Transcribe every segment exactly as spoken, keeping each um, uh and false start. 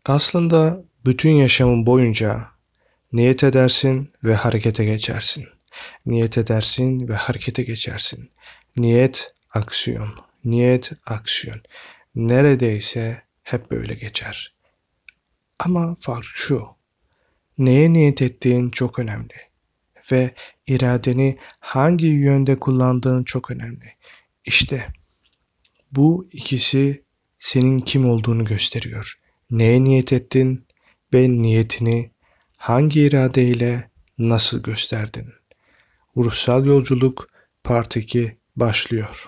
Aslında bütün yaşamın boyunca niyet edersin ve harekete geçersin. Niyet edersin ve harekete geçersin. Niyet, aksiyon. Niyet, aksiyon. Neredeyse hep böyle geçer. Ama fark şu. Neye niyet ettiğin çok önemli. Ve iradeni hangi yönde kullandığın çok önemli. İşte bu ikisi senin kim olduğunu gösteriyor. Neye niyet ettin ve niyetini hangi iradeyle nasıl gösterdin? Ruhsal Yolculuk Part iki başlıyor.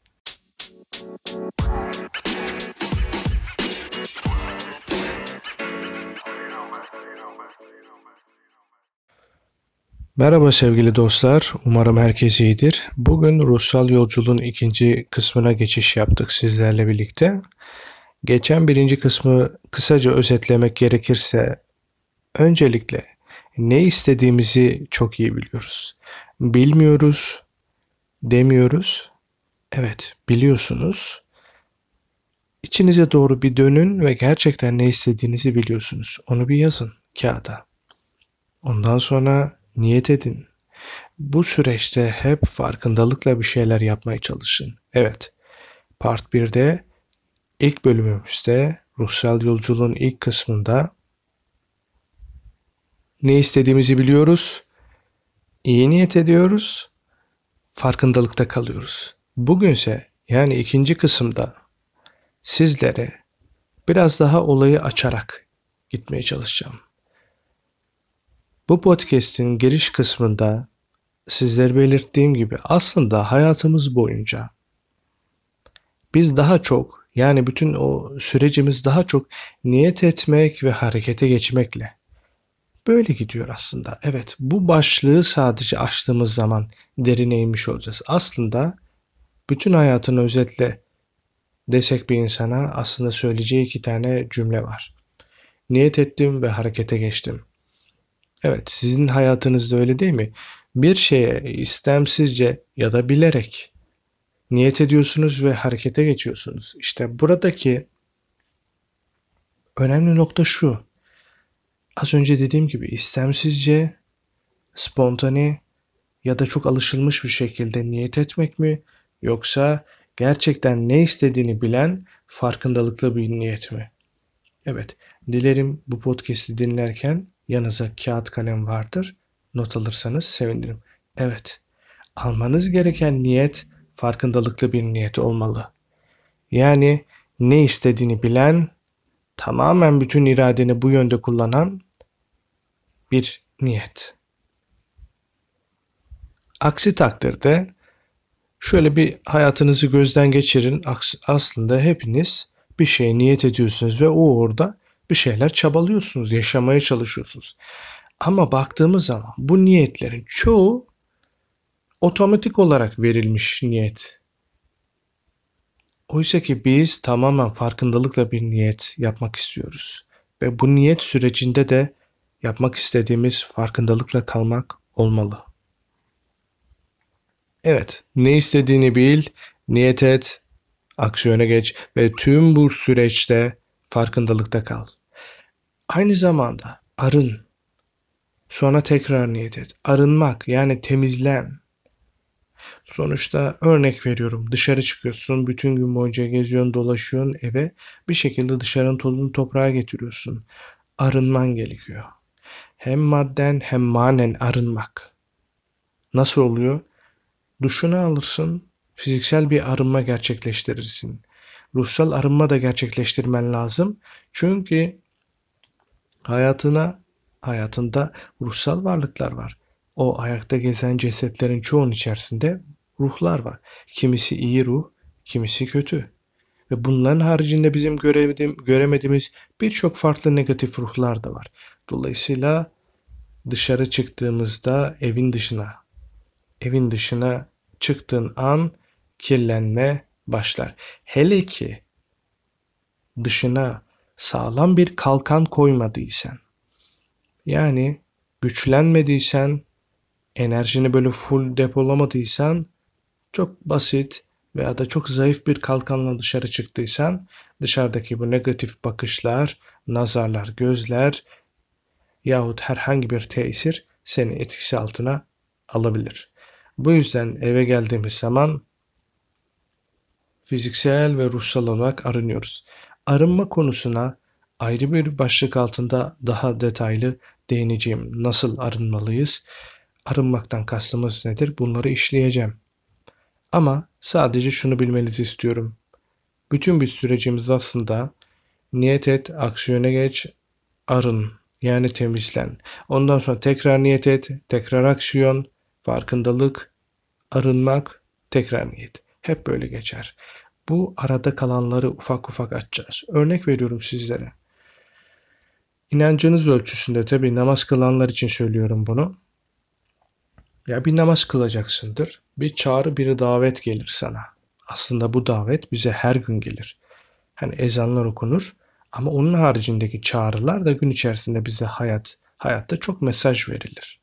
Merhaba sevgili dostlar, umarım herkes iyidir. Bugün ruhsal yolculuğun ikinci kısmına geçiş yaptık sizlerle birlikte. Geçen birinci kısmı kısaca özetlemek gerekirse, öncelikle ne istediğimizi çok iyi biliyoruz. Bilmiyoruz, demiyoruz. Evet, biliyorsunuz. İçinize doğru bir dönün ve gerçekten ne istediğinizi biliyorsunuz. Onu bir yazın kağıda. Ondan sonra niyet edin. Bu süreçte hep farkındalıkla bir şeyler yapmaya çalışın. Evet, Part birde, ilk bölümümüzde, ruhsal yolculuğun ilk kısmında ne istediğimizi biliyoruz, iyi niyet ediyoruz, farkındalıkta kalıyoruz. Bugünse, yani ikinci kısımda sizlere biraz daha olayı açarak gitmeye çalışacağım. Bu podcast'in giriş kısmında sizlere belirttiğim gibi aslında hayatımız boyunca biz daha çok, yani bütün o sürecimiz daha çok niyet etmek ve harekete geçmekle böyle gidiyor aslında. Evet, bu başlığı sadece açtığımız zaman derine inmiş olacağız. Aslında bütün hayatını özetle desek bir insana aslında söyleyeceği iki tane cümle var. Niyet ettim ve harekete geçtim. Evet, sizin hayatınızda öyle değil mi? Bir şeye istemsizce ya da bilerek niyet ediyorsunuz ve harekete geçiyorsunuz. İşte buradaki önemli nokta şu. Az önce dediğim gibi istemsizce, spontane ya da çok alışılmış bir şekilde niyet etmek mi? Yoksa gerçekten ne istediğini bilen farkındalıklı bir niyet mi? Evet, dilerim bu podcast'i dinlerken yanınıza kağıt kalem vardır. Not alırsanız sevinirim. Evet, almanız gereken niyet farkındalıklı bir niyet olmalı. Yani ne istediğini bilen, tamamen bütün iradeni bu yönde kullanan bir niyet. Aksi takdirde şöyle bir hayatınızı gözden geçirin. Aslında hepiniz bir şeye niyet ediyorsunuz ve o orada bir şeyler çabalıyorsunuz, yaşamaya çalışıyorsunuz. Ama baktığımız zaman bu niyetlerin çoğu otomatik olarak verilmiş niyet. Oysa ki biz tamamen farkındalıkla bir niyet yapmak istiyoruz. Ve bu niyet sürecinde de yapmak istediğimiz farkındalıkla kalmak olmalı. Evet, ne istediğini bil, niyet et, aksiyona geç ve tüm bu süreçte farkındalıkta kal. Aynı zamanda arın. Sonra tekrar niyet et. Arınmak, yani temizlen. Sonuçta örnek veriyorum, dışarı çıkıyorsun, bütün gün boyunca geziyorsun, dolaşıyorsun, eve bir şekilde dışarının tozunu toprağa getiriyorsun. Arınman gerekiyor. Hem madden hem manen arınmak. Nasıl oluyor? Duşunu alırsın, fiziksel bir arınma gerçekleştirirsin. Ruhsal arınma da gerçekleştirmen lazım. Çünkü hayatına, hayatında ruhsal varlıklar var. O ayakta gezen cesetlerin çoğunun içerisinde ruhlar var. Kimisi iyi ruh, kimisi kötü. Ve bunların haricinde bizim göremediğimiz birçok farklı negatif ruhlar da var. Dolayısıyla dışarı çıktığımızda evin dışına, evin dışına çıktığın an kirlenme başlar. Hele ki dışına sağlam bir kalkan koymadıysan, yani güçlenmediysen, enerjini böyle full depolamadıysan, çok basit veya da çok zayıf bir kalkanla dışarı çıktıysan, dışarıdaki bu negatif bakışlar, nazarlar, gözler yahut herhangi bir tesir seni etkisi altına alabilir. Bu yüzden eve geldiğimiz zaman fiziksel ve ruhsal olarak arınıyoruz. Arınma konusuna ayrı bir başlık altında daha detaylı değineceğim. Nasıl arınmalıyız? Arınmaktan kastımız nedir? Bunları işleyeceğim. Ama sadece şunu bilmenizi istiyorum. Bütün bir sürecimiz aslında niyet et, aksiyona geç, arın. Yani temizlen. Ondan sonra tekrar niyet et, tekrar aksiyon, farkındalık, arınmak, tekrar niyet. Hep böyle geçer. Bu arada kalanları ufak ufak açacağız. Örnek veriyorum sizlere. İnancınız ölçüsünde tabii namaz kılanlar için söylüyorum bunu. Ya bir namaz kılacaksındır. Bir çağrı, bir davet gelir sana. Aslında bu davet bize her gün gelir. Hani ezanlar okunur ama onun haricindeki çağrılar da gün içerisinde bize hayat, hayatta çok mesaj verilir.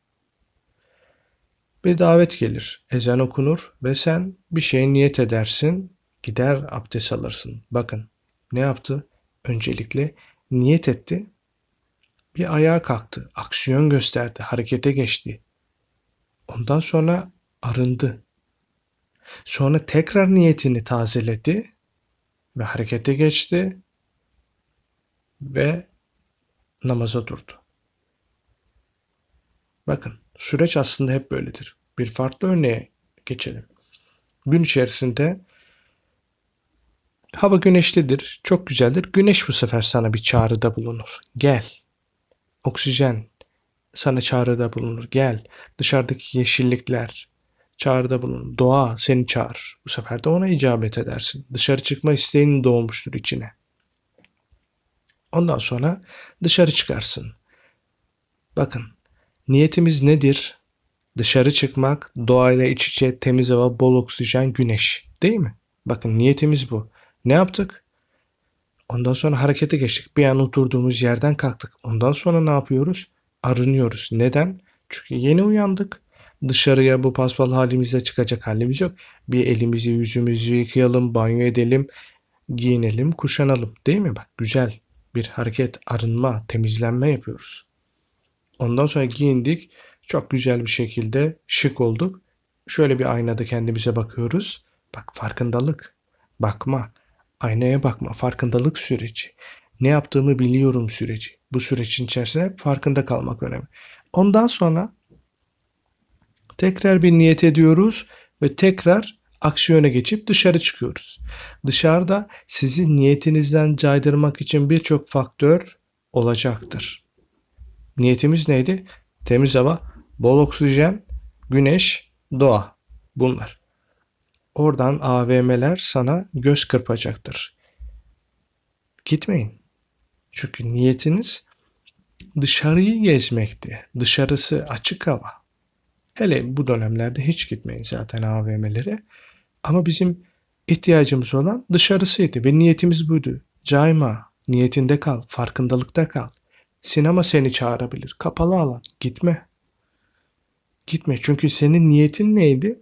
Bir davet gelir, ezan okunur ve sen bir şeye niyet edersin, gider abdest alırsın. Bakın ne yaptı? Öncelikle niyet etti, bir ayağa kalktı, aksiyon gösterdi, harekete geçti. Ondan sonra arındı. Sonra tekrar niyetini tazeledi ve harekete geçti ve namaza durdu. Bakın süreç aslında hep böyledir. Bir farklı örneğe geçelim. Gün içerisinde hava güneşlidir, çok güzeldir. Güneş bu sefer sana bir çağrıda bulunur. Gel. Oksijen sana çağrıda bulunur. Gel. Dışarıdaki yeşillikler çağrıda bulunur. Doğa seni çağırır. Bu sefer de ona icabet edersin. Dışarı çıkma isteğin doğmuştur içine. Ondan sonra dışarı çıkarsın. Bakın niyetimiz nedir? Dışarı çıkmak, doğayla iç içe, temiz hava, bol oksijen, güneş. Değil mi? Bakın niyetimiz bu. Ne yaptık? Ondan sonra harekete geçtik. Bir an oturduğumuz yerden kalktık. Ondan sonra ne yapıyoruz? Arınıyoruz. Neden? Çünkü yeni uyandık. Dışarıya bu paspal halimizle çıkacak halimiz yok. Bir elimizi yüzümüzü yıkayalım, banyo edelim, giyinelim, kuşanalım. Değil mi? Bak güzel bir hareket, arınma, temizlenme yapıyoruz. Ondan sonra giyindik. Çok güzel bir şekilde şık olduk. Şöyle bir aynada kendimize bakıyoruz. Bak farkındalık, bakma, aynaya bakma, farkındalık süreci. Ne yaptığımı biliyorum süreci. Bu sürecin içerisinde hep farkında kalmak önemli. Ondan sonra tekrar bir niyet ediyoruz ve tekrar aksiyona geçip dışarı çıkıyoruz. Dışarıda sizi niyetinizden caydırmak için birçok faktör olacaktır. Niyetimiz neydi? Temiz hava, bol oksijen, güneş, doğa. Bunlar. Oradan A V M'ler sana göz kırpacaktır. Gitmeyin. Çünkü niyetiniz dışarıyı gezmekti. Dışarısı açık hava. Hele bu dönemlerde hiç gitmeyin zaten A V M'lere. Ama bizim ihtiyacımız olan dışarısıydı ve niyetimiz buydu. Cayma, niyetinde kal, farkındalıkta kal. Sinema seni çağırabilir. Kapalı alan. Gitme. Gitme. Çünkü senin niyetin neydi?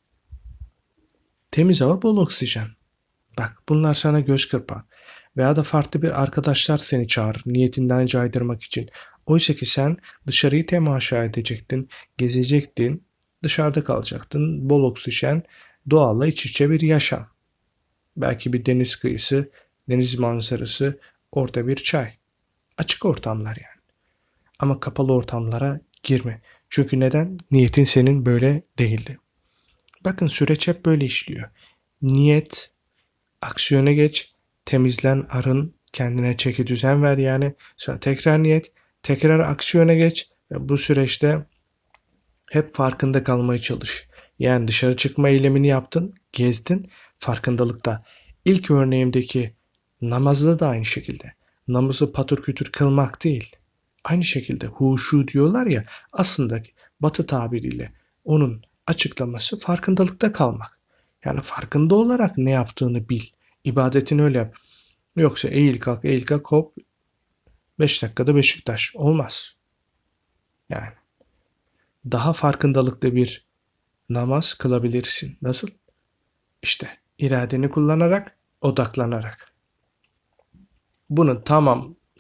Temiz hava, bol oksijen. Bak bunlar sana göz kırpar. Veya da farklı bir arkadaşlar seni çağırır niyetinden caydırmak için. Oysa ki sen dışarıyı temaşa edecektin, gezecektin, dışarıda kalacaktın. Bol oksijen, doğalla iç içe bir yaşam. Belki bir deniz kıyısı, deniz manzarası, orada bir çay. Açık ortamlar yani. Ama kapalı ortamlara girme. Çünkü neden? Niyetin senin böyle değildi. Bakın süreç hep böyle işliyor. Niyet, aksiyona geç, temizlen, arın, kendine çeki düzen ver yani. Sonra tekrar niyet, tekrar aksiyona geç ve bu süreçte hep farkında kalmaya çalış. Yani dışarı çıkma eylemini yaptın, gezdin, farkındalıkta. İlk örneğimdeki namazda da aynı şekilde. Namazı patır kütür kılmak değil. Aynı şekilde huşu diyorlar ya, aslında Batı tabiriyle onun açıklaması farkındalıkta kalmak. Yani farkında olarak ne yaptığını bil. İbadetini öyle yap. Yoksa eğil kalk eğil kalk hop beş dakikada Beşiktaş olmaz. Yani daha farkındalıklı bir namaz kılabilirsin. Nasıl? İşte iradeni kullanarak, odaklanarak. Bunun tamam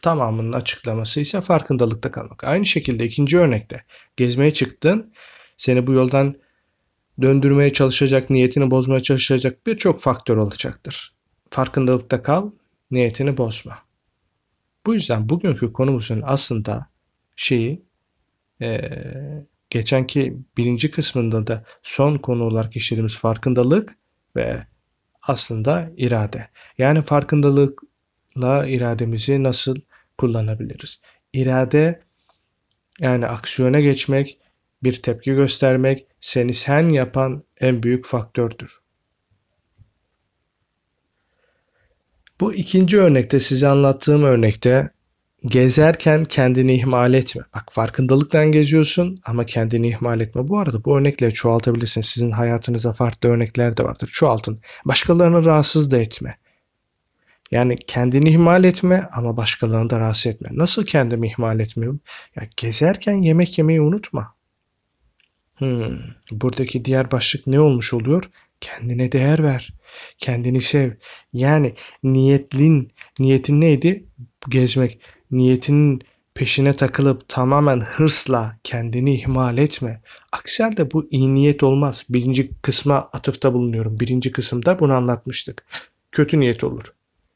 Tamamının açıklaması ise farkındalıkta kalmak. Aynı şekilde ikinci örnekte gezmeye çıktın. Seni bu yoldan döndürmeye çalışacak, niyetini bozmaya çalışacak birçok faktör olacaktır. Farkındalıkta kal, niyetini bozma. Bu yüzden bugünkü konumuzun aslında şeyi ee, geçenki birinci kısmında da son konu olarak işlediğimiz farkındalık ve aslında irade. Yani farkındalıkla irademizi nasıl kullanabiliriz? İrade yani aksiyona geçmek, bir tepki göstermek, seni sen yapan en büyük faktördür. Bu ikinci örnekte, size anlattığım örnekte gezerken kendini ihmal etme. Bak, farkındalıktan geziyorsun ama kendini ihmal etme. Bu arada bu örnekleri çoğaltabilirsiniz. Sizin hayatınızda farklı örnekler de vardır. Çoğaltın. Başkalarını rahatsız da etme. Yani kendini ihmal etme ama başkalarını da rahatsız etme. Nasıl kendimi ihmal etmiyorum? Ya gezerken yemek yemeyi unutma. Hmm, buradaki diğer başlık ne olmuş oluyor? Kendine değer ver. Kendini sev. Yani niyetlin, niyetin neydi? Gezmek. Niyetinin peşine takılıp tamamen hırsla kendini ihmal etme. Aksi halde bu iyi niyet olmaz. Birinci kısma atıfta bulunuyorum. Birinci kısımda bunu anlatmıştık. Kötü niyet olur.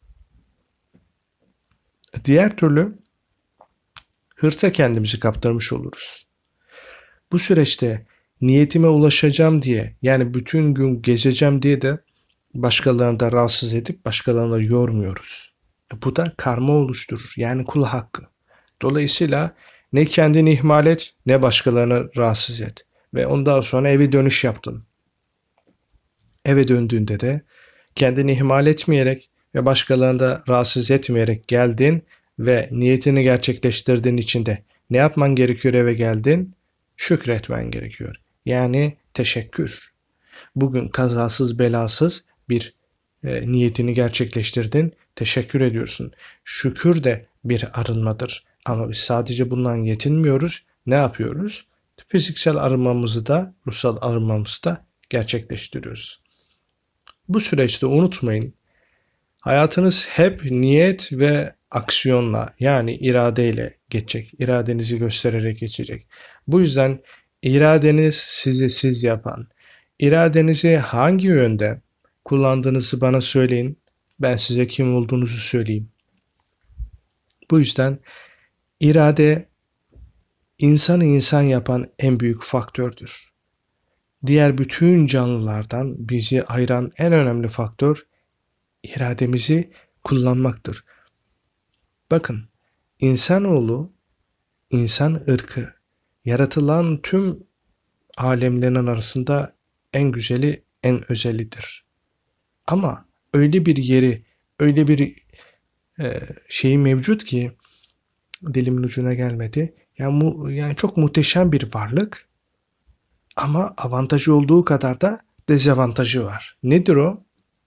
Diğer türlü hırsa kendimizi kaptırmış oluruz. Bu süreçte niyetime ulaşacağım diye, yani bütün gün gezeceğim diye de başkalarını da rahatsız edip başkalarını da yormuyoruz. Bu da karma oluşturur. Yani kul hakkı. Dolayısıyla ne kendini ihmal et ne başkalarını rahatsız et. Ve ondan sonra eve dönüş yaptın. Eve döndüğünde de kendini ihmal etmeyerek ve başkalarını da rahatsız etmeyerek geldin ve niyetini gerçekleştirdiğin için de ne yapman gerekiyor eve geldin? Şükretmen gerekiyor. Yani teşekkür. Bugün kazasız belasız bir e, niyetini gerçekleştirdin. Teşekkür ediyorsun. Şükür de bir arınmadır. Ama biz sadece bundan yetinmiyoruz. Ne yapıyoruz? Fiziksel arınmamızı da, ruhsal arınmamızı da gerçekleştiriyoruz. Bu süreçte unutmayın, hayatınız hep niyet ve aksiyonla, yani iradeyle geçecek. İradenizi göstererek geçecek. Bu yüzden iradeniz sizi siz yapan, iradenizi hangi yönde kullandığınızı bana söyleyin. Ben size kim olduğunuzu söyleyeyim. Bu yüzden irade insanı insan yapan en büyük faktördür. Diğer bütün canlılardan bizi ayıran en önemli faktör irademizi kullanmaktır. Bakın, insanoğlu, insan ırkı, yaratılan tüm alemlerin arasında en güzeli, en özelidir. Ama öyle bir yeri, öyle bir e, şeyi mevcut ki dilimin ucuna gelmedi. Yani, mu, yani çok muhteşem bir varlık ama avantajı olduğu kadar da dezavantajı var. Nedir o?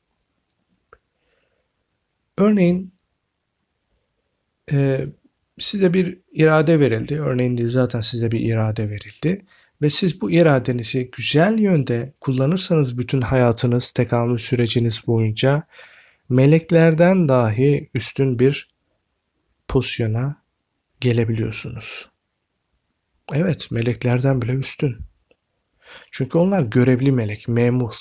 Örneğin e, size bir irade verildi. Örneğin değil, zaten size bir irade verildi. Ve siz bu iradenizi güzel yönde kullanırsanız bütün hayatınız, tekamül süreciniz boyunca meleklerden dahi üstün bir pozisyona gelebiliyorsunuz. Evet, meleklerden bile üstün. Çünkü onlar görevli melek, memur.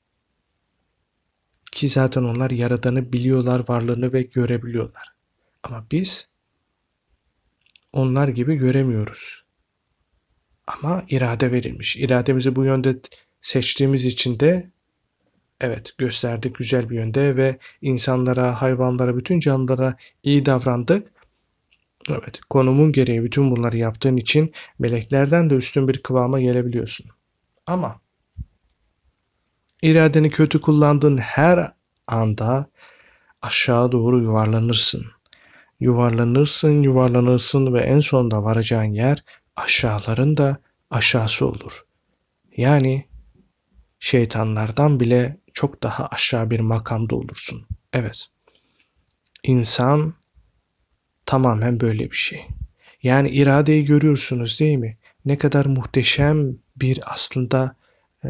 Ki zaten onlar Yaradan'ı biliyorlar, varlığını ve görebiliyorlar. Ama biz onlar gibi göremiyoruz. Ama irade verilmiş. İrademizi bu yönde seçtiğimiz için de evet, gösterdik güzel bir yönde ve insanlara, hayvanlara, bütün canlılara iyi davrandık. Evet, konumun gereği bütün bunları yaptığın için meleklerden de üstün bir kıvama gelebiliyorsun. Ama iradeni kötü kullandığın her anda aşağı doğru yuvarlanırsın. Yuvarlanırsın, yuvarlanırsın ve en sonunda varacağın yer aşağıların da aşağısı olur. Yani şeytanlardan bile çok daha aşağı bir makamda olursun. Evet. İnsan tamamen böyle bir şey. Yani iradeyi görüyorsunuz değil mi? Ne kadar muhteşem bir aslında e,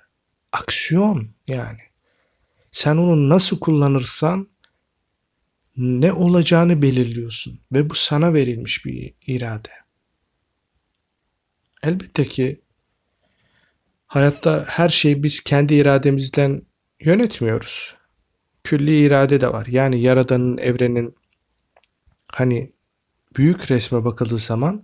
aksiyon yani. Sen onu nasıl kullanırsan, ne olacağını belirliyorsun ve bu sana verilmiş bir irade. Elbette ki hayatta her şeyi biz kendi irademizden yönetmiyoruz. Külli irade de var. Yani Yaradan'ın, evrenin hani büyük resme bakıldığı zaman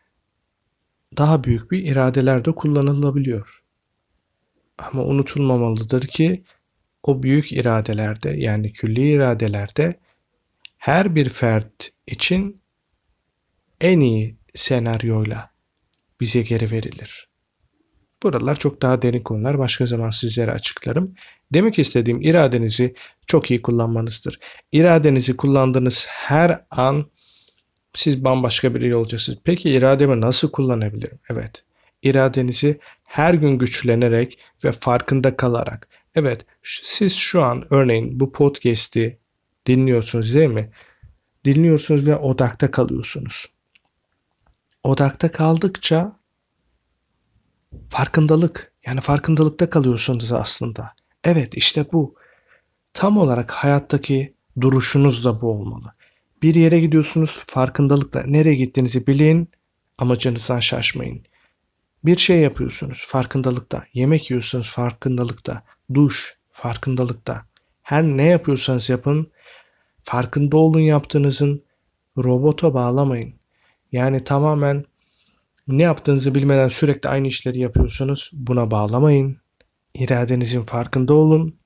daha büyük bir iradeler de kullanılabiliyor. Ama unutulmamalıdır ki o büyük iradelerde, yani külli iradelerde her bir fert için en iyi senaryoyla bize geri verilir. Buralar çok daha derin konular. Başka zaman sizlere açıklarım. Demek istediğim, iradenizi çok iyi kullanmanızdır. İradenizi kullandığınız her an siz bambaşka biri olacaksınız. Peki irademi nasıl kullanabilirim? Evet. İradenizi her gün güçlenerek ve farkında kalarak. Evet, siz şu an örneğin bu podcast'i dinliyorsunuz değil mi? Dinliyorsunuz ve odakta kalıyorsunuz. Odakta kaldıkça farkındalık, yani farkındalıkta kalıyorsunuz aslında. Evet, işte bu. Tam olarak hayattaki duruşunuz da bu olmalı. Bir yere gidiyorsunuz, farkındalıkla nereye gittiğinizi bilin, amacınızdan şaşmayın. Bir şey yapıyorsunuz, farkındalıkta. Yemek yiyorsunuz, farkındalıkta. Duş, farkındalıkta. Her ne yapıyorsanız yapın, farkında olun yaptığınızın. Robota bağlamayın. Yani tamamen ne yaptığınızı bilmeden sürekli aynı işleri yapıyorsunuz. Buna bağlamayın. İradenizin farkında olun.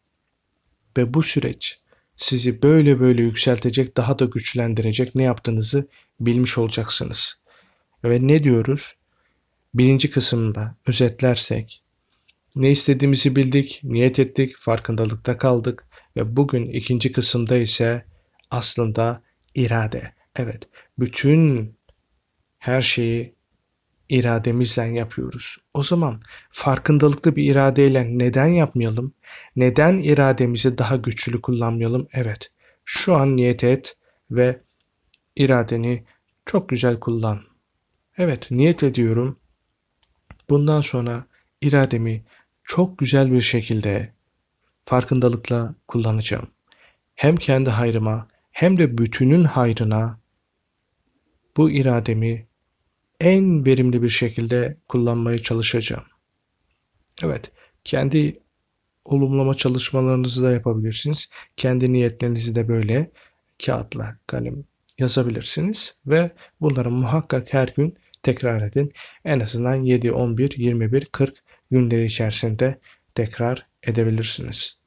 Ve bu süreç sizi böyle böyle yükseltecek, daha da güçlendirecek, ne yaptığınızı bilmiş olacaksınız. Ve ne diyoruz? Birinci kısımda özetlersek, ne istediğimizi bildik, niyet ettik, farkındalıkta kaldık ve bugün ikinci kısımda ise aslında irade. Evet, bütün her şeyi irademizle yapıyoruz. O zaman farkındalıklı bir iradeyle neden yapmayalım? Neden irademizi daha güçlü kullanmayalım? Evet, şu an niyet et ve iradeni çok güzel kullan. Evet, niyet ediyorum. Bundan sonra irademi çok güzel bir şekilde farkındalıkla kullanacağım. Hem kendi hayrıma hem de bütünün hayrına bu irademi en verimli bir şekilde kullanmaya çalışacağım. Evet, kendi olumlama çalışmalarınızı da yapabilirsiniz. Kendi niyetlerinizi de böyle kağıtla, kalem yazabilirsiniz ve bunları muhakkak her gün tekrar edin. En azından yedi, on bir, yirmi bir, kırk günleri içerisinde tekrar edebilirsiniz.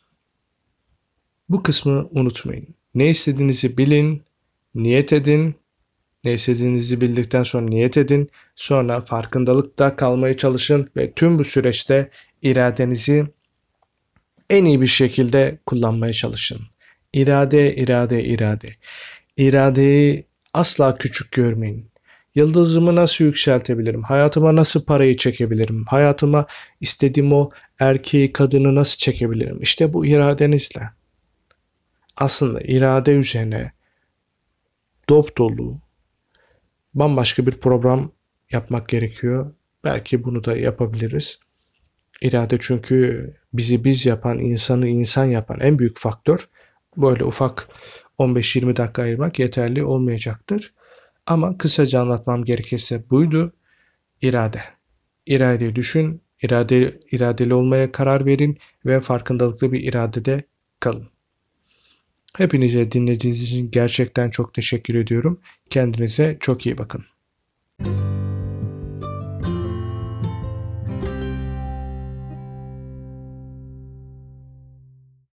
Bu kısmı unutmayın. Ne istediğinizi bilin, niyet edin. Ne istediğinizi bildikten sonra niyet edin. Sonra farkındalıkta kalmaya çalışın ve tüm bu süreçte iradenizi en iyi bir şekilde kullanmaya çalışın. İrade, irade, irade. İradeyi asla küçük görmeyin. Yıldızımı nasıl yükseltebilirim? Hayatıma nasıl parayı çekebilirim? Hayatıma istediğim o erkeği, kadını nasıl çekebilirim? İşte bu iradenizle. Aslında irade üzerine dop dolu bambaşka bir program yapmak gerekiyor. Belki bunu da yapabiliriz. İrade çünkü bizi biz yapan, insanı insan yapan en büyük faktör. Böyle ufak on beş yirmi dakika ayırmak yeterli olmayacaktır. Ama kısaca anlatmam gerekirse buydu. İrade. İradeyi düşün, irade, iradeli olmaya karar verin ve farkındalıklı bir iradede kalın. Hepinize dinlediğiniz için gerçekten çok teşekkür ediyorum. Kendinize çok iyi bakın.